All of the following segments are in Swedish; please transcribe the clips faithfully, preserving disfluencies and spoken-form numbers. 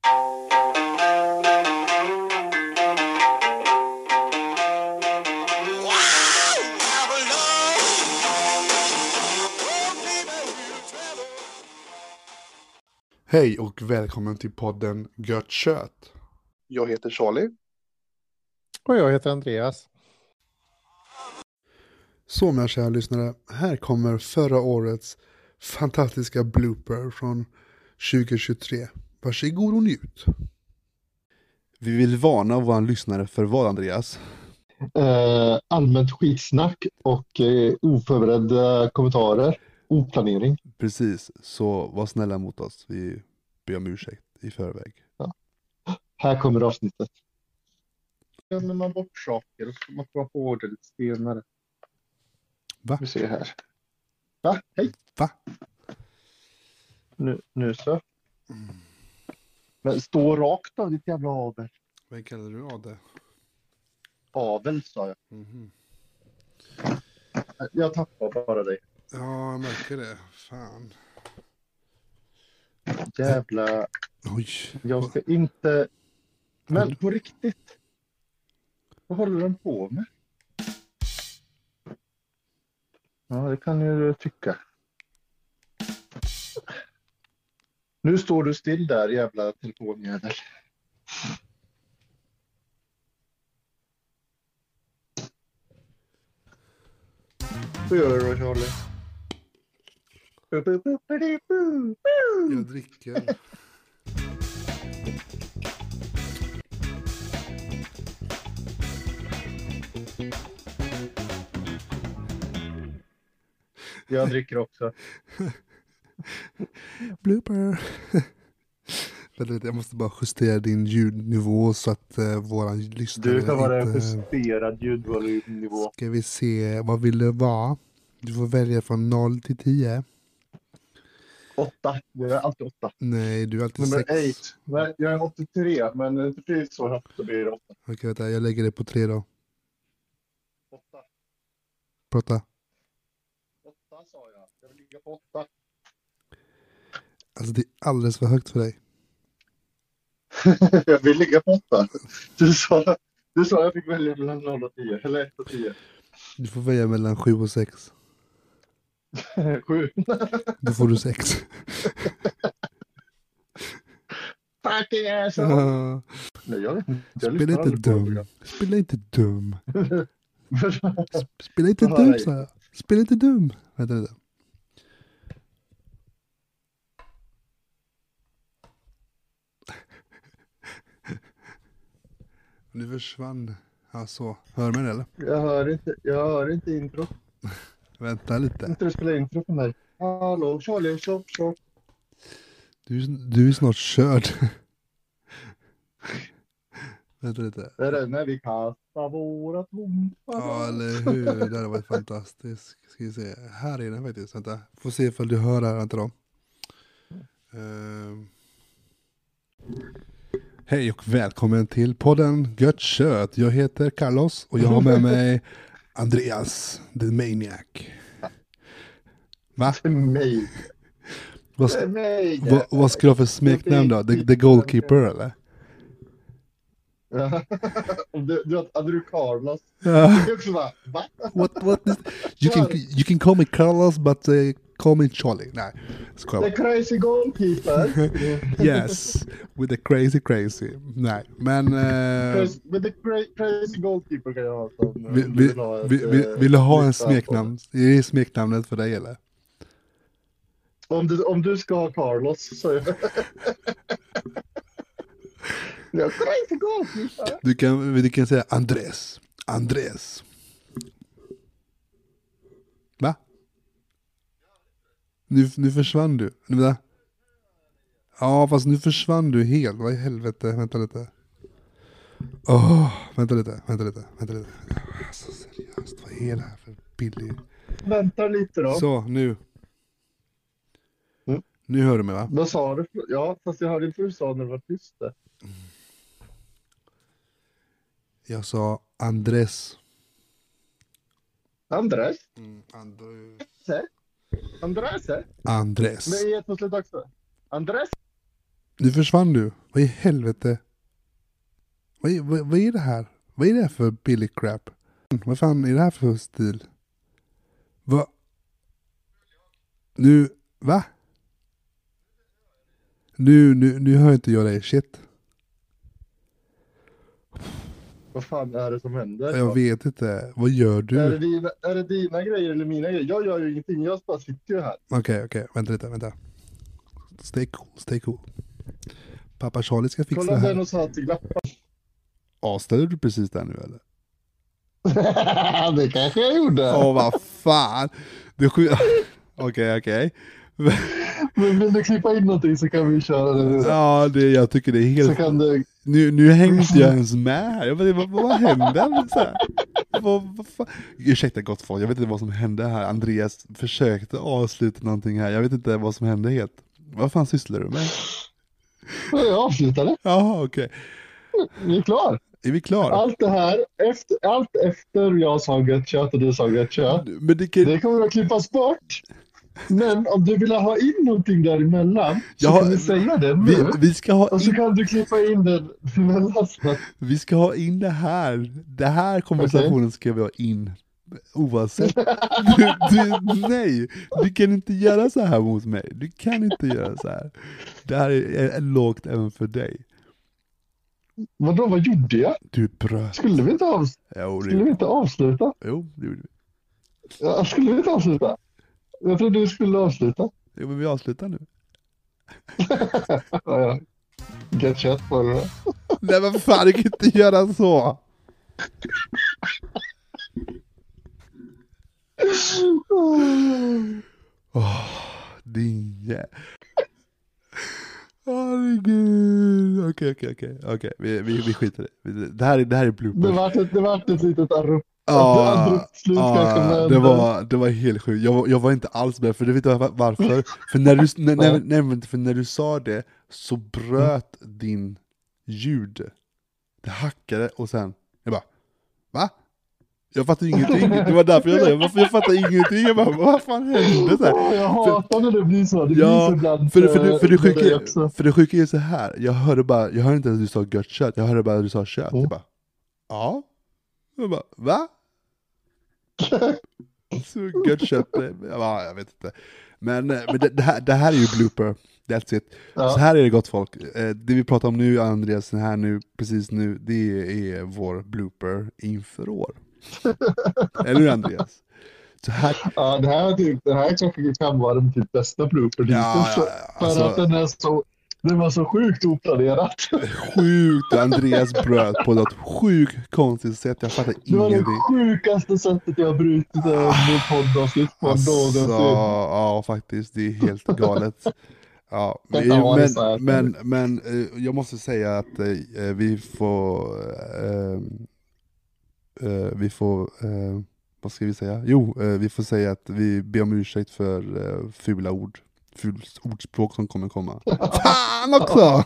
Hej och välkommen till podden Gött Kött. Jag heter Charlie. Och jag heter Andreas. Så mina kära lyssnare, här kommer förra årets fantastiska blooper från tjugo tjugotre. Varsågod och njut. Vi vill varna våra lyssnare för vad, Andreas? Eh, allmänt skitsnack och eh, oförberedda kommentarer. Oplanering. Precis, så var snälla mot oss. Vi ber om ursäkt i förväg. Ja. Här kommer avsnittet. Glömmer man bort saker och så man får på det lite senare. Va? Vi ser här. Va? Hej. Va? Nu, nu så. Mm. Men stå rakt då, ditt jävla avel. Vad kallar du av det? Avel, sa jag. Mm-hmm. Jag tappar bara dig. Ja, jag märker det. Fan. Jävla... Oj. Jag ska inte... Men på riktigt. Vad håller de på med? Ja, det kan ju tycka. Nu står du still där, jävla telefonjävel. Vad gör du då, Charlie? Jag dricker. Jag dricker också. Blooper. Jag måste bara justera din ljudnivå så att uh, våran lyssnare Du kan vara inte... justerad ljudvolymnivå. Ska vi se, vad vill det vara? Du får välja från noll till tio. åtta. Det är alltid åtta. Nej, du är alltid Nummer sex. åtta. Nej, jag är åttiotre, men inte precis så högt så blir det åtta. Okej, vänta, jag lägger det på tre då. åtta. Prata. åtta sa jag. Jag vill ligga på åtta. Alltså det är alldeles för högt för dig. Jag vill ligga på åtta. Du sa, du sa jag fick välja mellan noll och tio. Eller ett och tio. Du får välja mellan sju och sex. sju. Då får du sex. Fucking asshole. Uh, Nej, jag vet inte. Jag spela lyssnar inte aldrig på dum. Spela inte dum. det. Spela inte Jaha, dum, nej. sa jag. Spela inte dum. Vänta lite. Nu försvann. Alltså, hör man det eller? Jag hör inte, jag hör inte intro. Vänta lite. Inte du spela intro för mig. Hallå, Charlie, tjopp, tjopp. Du, du är snart körd. Vänta lite. Det är det när vi kastar våra tompar. Ja, eller hur? Det hade varit fantastiskt. Ska vi se. Här är den faktiskt. Vänta. Får se ifall du hör här. Vänta då. Uh... Hej och välkommen till podden Gött Kött. Jag heter Carlos och jag har med mig Andreas, the maniac. Va? Mig. Vad, ska, vad, vad ska du ha för smeknamn då? The, the goalkeeper eller? du, du hade du Carlos. Ja. Det är också bara, va? What, what is, you, can, you can call me Carlos but uh, call me Charlie. Nej, skoja. The crazy goalkeeper. Yes, with the crazy crazy. Nej, men... Uh, With the cra- crazy goalkeeper kan jag ha som... vi, vi, vi, vi, vill du ha en smeknamn? Är det smeknamnet för dig eller? Om du, om du ska ha Carlos så är jag... Jag crazy goalkeeper. Du kan, du kan säga Andres. Andres. Va? Nu, nu försvann du. Nu, ja, fast nu försvann du helt. Vad i helvete? Vänta lite. Åh, oh, vänta lite. Vänta lite. Vänta lite. Alltså seriöst, vad är det här för billig? Vänta lite då. Så, nu. Mm. Nu hör du mig va? Vad sa du? Ja, fast jag hörde inte vad du sa när det var tyst där. Jag sa Andres. Andres? Mm, Andres? Andres? Andres. Men i ett på slutet också. Andres? Nu försvann du. Vad i helvete? Vad är, vad, vad är det här? Vad är det här för billig crap? Vad fan är det här för stil? Vad? Nu, va? Nu, nu, nu hör inte jag dig, shit. Vad fan är det som händer? Jag vet inte. Vad gör du? Är det, dina, är det dina grejer eller mina grejer? Jag gör ju ingenting, jag bara sitter ju här. Okej, okay, okej. Okay. Vänta lite, vänta. Stay cool, stay cool. Pappa Charlie ska fixa Kolla det här. den och sa till glappar. Avställde du precis där nu eller? Det kanske jag gjorde. Åh, vad fan. Okej, okej. Men vill du klippa in någonting så kan vi köra det nu. Ja, det, jag tycker det är helt... Så kan du... Nu, nu hänger inte jag ens med här. Jag vet inte, vad, vad hände? Så här. Vad, vad fan? Ursäkta gott folk, jag vet inte vad som hände här. Andreas försökte avsluta någonting här. Jag vet inte vad som hände helt. Vad fan sysslar du med? Jag avslutade. Jaha, okej. Okay. Vi är klar. Är vi klar? Allt det här, efter, allt efter jag sa gött kött och du sa gött kött, Men det, kan... det kommer att klippas bort. Men om du vill ha in någonting däremellan så ja, kan vi säga det nu. Vi, vi ska ha och så in... kan du klippa in den emellan. Vi ska ha in det här. Det här konversationen okay. Ska vi ha in. Oavsett. Du, du, nej, du kan inte göra så här mot mig. Du kan inte göra så här. Det här är, är lågt även för dig. Vadå, vad gjorde jag? Du bröt. Skulle vi inte, av... jo, skulle vi inte avsluta? Jo, det gjorde vi. Ja, skulle vi inte avsluta? Jag trodde du skulle avsluta. Jo, men vi avslutar nu. ja, ja. Get chat på det. Nej, men fan, du kan inte göra så. Åh, oh, din jä... Herregud. Okej, okej, okej. Okej, vi, vi, vi skiter i det. Det här är, det här är bloopers. Det var ett, det var ett litet arrup. Ja, ah, det var det var helt sjukt. Jag var, jag var inte alls med, för du vet varför? För när du när, när, när, för när du sa det så bröt din ljud. Det hackade och sen jag bara, va? Jag fattar ingenting. Det var därför jag sa, varför jag fattar ingenting. Jag bara, vad fan hände så här? Jag hatar när det blir så. Det ja, blir så ibland. För, för, för, för, det sjuka, för det sjuka är så här. Jag hörde bara, jag hörde inte att du sa gött kött. Jag hörde bara att du sa kött. Mm. Jag bara, ja. Jag bara, va? Så gött kött. Jag, bara, jag vet inte. Men, men det, det, här, det här är ju blooper. That's it. Ja. Så här är det gott folk. Det vi pratar om nu, Andreas, här nu, precis nu, det är vår blooper inför år. Eller hur, Andreas? Så här... Ja, det här, typ, det här kanske kan vara den typ bästa blooper. Ja, ja, ja, alltså... För att den är så... Den var så sjukt oplanerat. Sjukt, Andreas bröt på något sjukt konstigt sätt. Jag fattar ingenting. Det var det sjukaste sättet jag har brutit med poddavsnitt på alltså, någonsin. Ja, faktiskt. Det är helt galet. Ja, men, men, men, men jag måste säga att eh, vi får... Eh, eh, vi får... Eh, vad ska vi säga? Jo, eh, vi får säga att vi ber om ursäkt för eh, fula ord. Ful ordspråk som kommer komma. Fan också!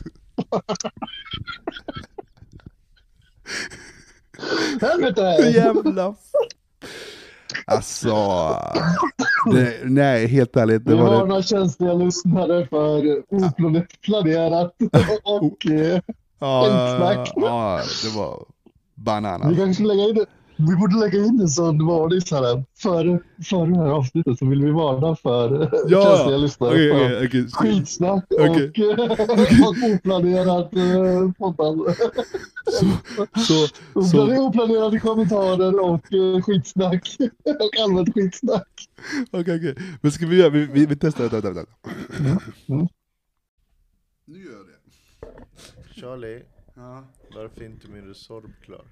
Helvete! Jävla... Alltså... Det, nej, helt ärligt. Det var några känsliga lyssnare för oplanerat och ja, ja, det var banana. Vi kanske lägga in det. Vi borde lägga in en sån varning här före, före det här avsnittet, så vill vi varna för ja, känsliga lyssnare okay, för okay, okay. skitsnack okay. och, och oplanerat uh, poddande. Så, så, så. Oplanerade kommentarer och uh, skitsnack och allmänt skitsnack. Okej, okay, okej. Okay. Men ska vi göra, vi, vi, vi testar det. Mm. Mm. Nu gör jag det. Charlie, ja. Varför är inte min Resorb klar?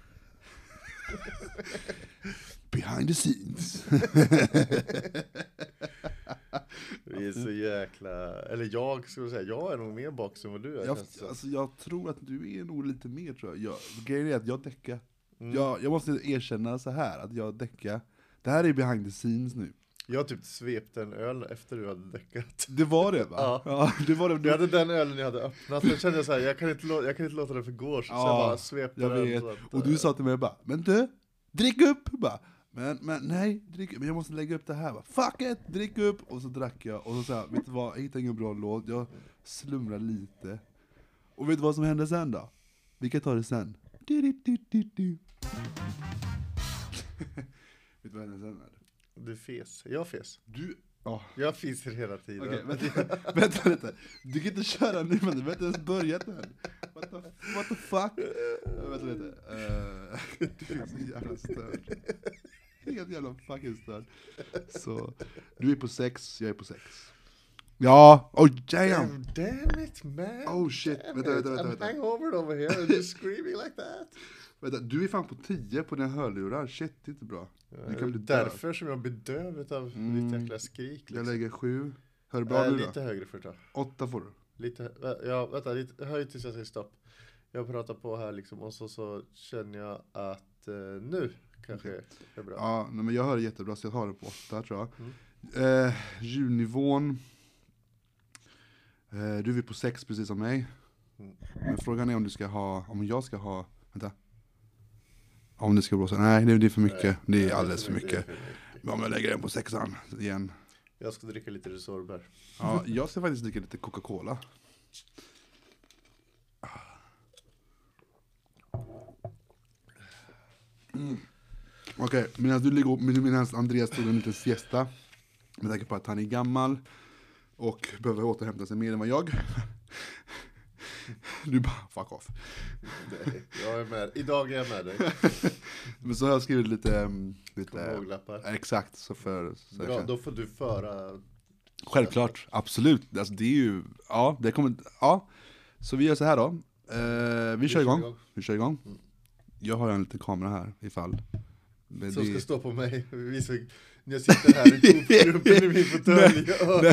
Behind the scenes. Vi är så jäkla... Eller jag skulle säga, jag är nog mer box än vad du är. Jag, alltså, jag tror att du är nog lite mer, tror jag. jag grejen är att jag däckar. Mm. Jag, jag måste erkänna så här, att jag däckar. Det här är behind the scenes nu. Jag har typ svept en öl efter du hade däckat. Det var det, va? Ja. Ja, det var det. Du hade den ölen jag hade öppnat. Sen kände jag så här, jag kan inte, lå- jag kan inte låta det förgå. Så, ja, så jag bara svepte jag den. vet. Så att, och du sa till mig bara, men du, drick upp! Bara, Men, men nej, drick, men jag måste lägga upp det här va. Fuck it, drick upp. Och så drack jag. Och så sa jag, vet du vad, jag hittade ingen bra låt. Jag slumrar lite. Och vet du vad som hände sen då? Vi kan ta det sen. Du, du, du, du, du. Vet du vad hände sen? Eller? Du fes. Jag fes. Du... Oh. Jag fiser hela tiden. Okej, vänta, vänta lite. Du kan inte köra nu, men du har inte ens börjat än. What the, what the fuck? Uh, vänta lite. Uh, du är så jävla störd. Helt jävla fucking störd. Så, du är på sex, jag är på sex. Ja, oh damn. Damn it man. Oh shit, vänta, vänta, vänta, vänta. I'm hangover over here and you're screaming like that. Vänta, du är fan på tio på dina hörlurar. Shit, det är inte bra. Ja, det är därför som jag blir döv av mm. ditt jäkla skrik. Liksom. Jag lägger sju. Hör du bra äh, nu då? Lite högre för det. Åtta får du. Lite, ja, vänta, lite, höj tills jag säger stopp. Jag pratar på här liksom och så, så känner jag att eh, nu kanske okay. är bra. Ja, men jag hör det jättebra så jag har det på åtta tror jag. Mm. Eh, ljudnivån. Eh, du är på sex precis som mig. Mm. Men frågan är om du ska ha, om jag ska ha, vänta. Om det ska blåsa. Nej, det är för mycket. Nej, det är alldeles för mycket. För mycket. Men om jag lägger den på sexan igen. Jag ska dricka lite Resorber. Ja, jag ska faktiskt dricka lite Coca-Cola. Mm. Okej, okay, medan du ligger medan Andreas tog en liten siesta. Med tanke på att han är gammal. Och behöver återhämta sig mer än vad jag. Du bara, fuck off. Nej, jag är med. Idag är jag med dig. Men så har jag skrivit lite... lite Våglappar. Exakt. Så för, så bra, kan... då får du föra... Självklart, absolut. Alltså det är ju... Ja, det kommer... Ja. Så vi gör så här då. Uh, vi, vi kör igång. igång. Vi kör igång. Mm. Jag har en liten kamera här, ifall. Men som det... ska stå på mig. Visa... När jag sitter här i topgruppen i min fåtölj. Och...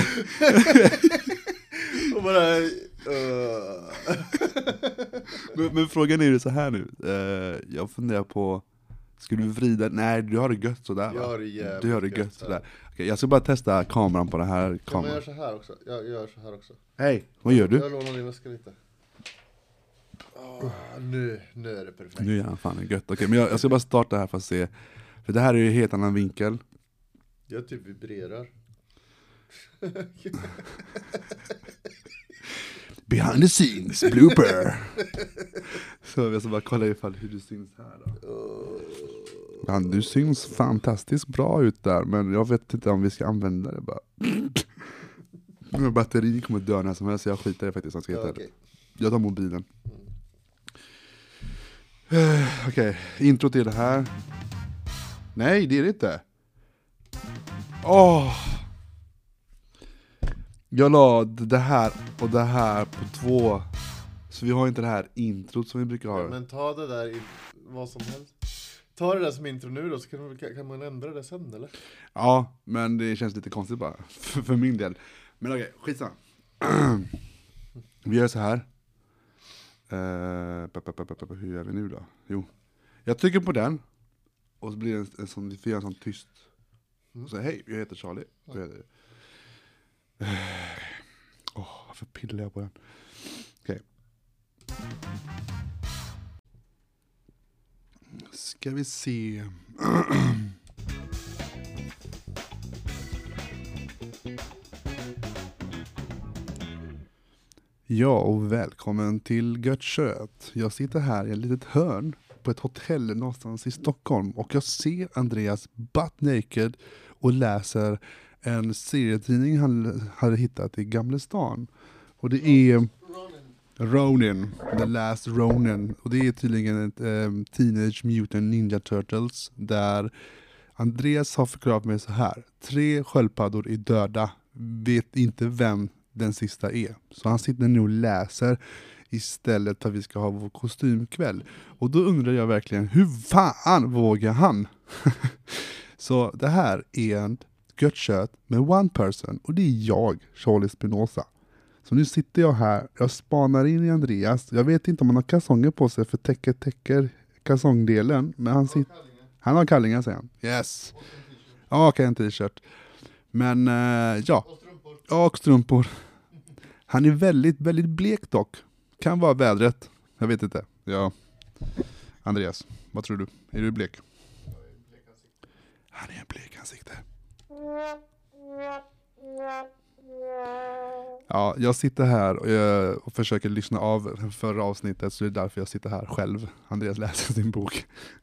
och bara... Uh. men, men frågan är ju så här nu. Uh, jag funderar på... Ska du vrida? Nej, du har det gött sådär. Jag har det jävligt Du har det gött, gött sådär. Okay, jag ska bara testa kameran på den här kameran. Jag gör så här också. Jag gör så här också. Hej, vad gör du? Jag lånar din väska lite. Oh, nu, nu är det perfekt. Nu är han fan gött. Okej, okay, men jag, jag ska bara starta här för att se. För det här är ju en helt annan vinkel. Jag typ vibrerar. Behind the scenes, blooper. Så jag ska bara kolla ifall hur du syns här då. Ja, du syns fantastiskt bra ut där, men jag vet inte om vi ska använda det bara. Batterin kommer dö när som helst, så jag skiter det faktiskt. Jag, ska ja, okay. jag tar mobilen. Mm. Okej, okay. Intro till det här. Nej, det är det inte. Åh! Oh. Jag la det här och det här på två. Så vi har inte det här introt som vi brukar ha. Ja, men ta det där i vad som helst. Ta det där som intro nu då, så kan man, kan man ändra det sen eller? Ja, men det känns lite konstigt bara. För, för min del. Men okej, okay, skitsamma. Vi gör så här. Uh, hur gör vi nu då? Jo. Jag trycker på den. Och så blir det en, en sån, vi en sån tyst. Mm. Och så hej, jag heter Charlie. Ja. Jag heter... Åh, oh, varför pillar jag på den? Okej. Okay. Ska vi se. Ja, och välkommen till Gött Kött. Jag sitter här i ett litet hörn på ett hotell någonstans i Stockholm. Och jag ser Andreas butt naked och läser en serietidning han hade hittat i Gamla stan. Och det är Ronin, The Last Ronin. Och det är tydligen ett um, Teenage Mutant Ninja Turtles. Där Andreas har förklarat mig så här. Tre sköldpaddor är döda. Vet inte vem den sista är. Så han sitter nu och läser istället för att vi ska ha vår kostymkväll. Och då undrar jag verkligen, hur fan vågar han? Så det här är en Gött Kött med one person. Och det är jag, Charlie Spinoza. Så nu sitter jag här. Jag spanar in i Andreas. Jag vet inte om han har kalsonger på sig. För täcker täcker kalsongdelen. Men han, sit- han har kallingar, säger han. Yes. Ja, okej, en t-shirt. Men uh, ja. Och strumpor. Ja, och strumpor. Han är väldigt, väldigt blek dock. Kan vara vädret. Jag vet inte. Ja. Andreas, vad tror du? Är du blek? Han är en blekansikte. Ja, jag sitter här och, jag, och försöker lyssna av förra avsnittet, så det är därför jag sitter här själv. Andreas läser sin bok.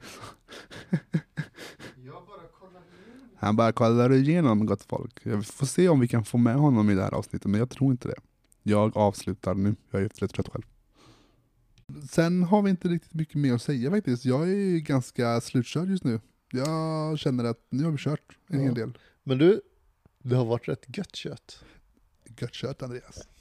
Jag bara kollar igenom. Han bara kollar igenom, gott folk. Jag får se om vi kan få med honom i det här avsnittet, men jag tror inte det. Jag avslutar nu, jag är rätt trött själv. Sen har vi inte riktigt mycket mer att säga faktiskt. Jag är ganska slutkörd just nu. Jag känner att nu har vi kört en Ja. hel del. Men du, det har varit rätt gött kött. Gött kött, Andreas.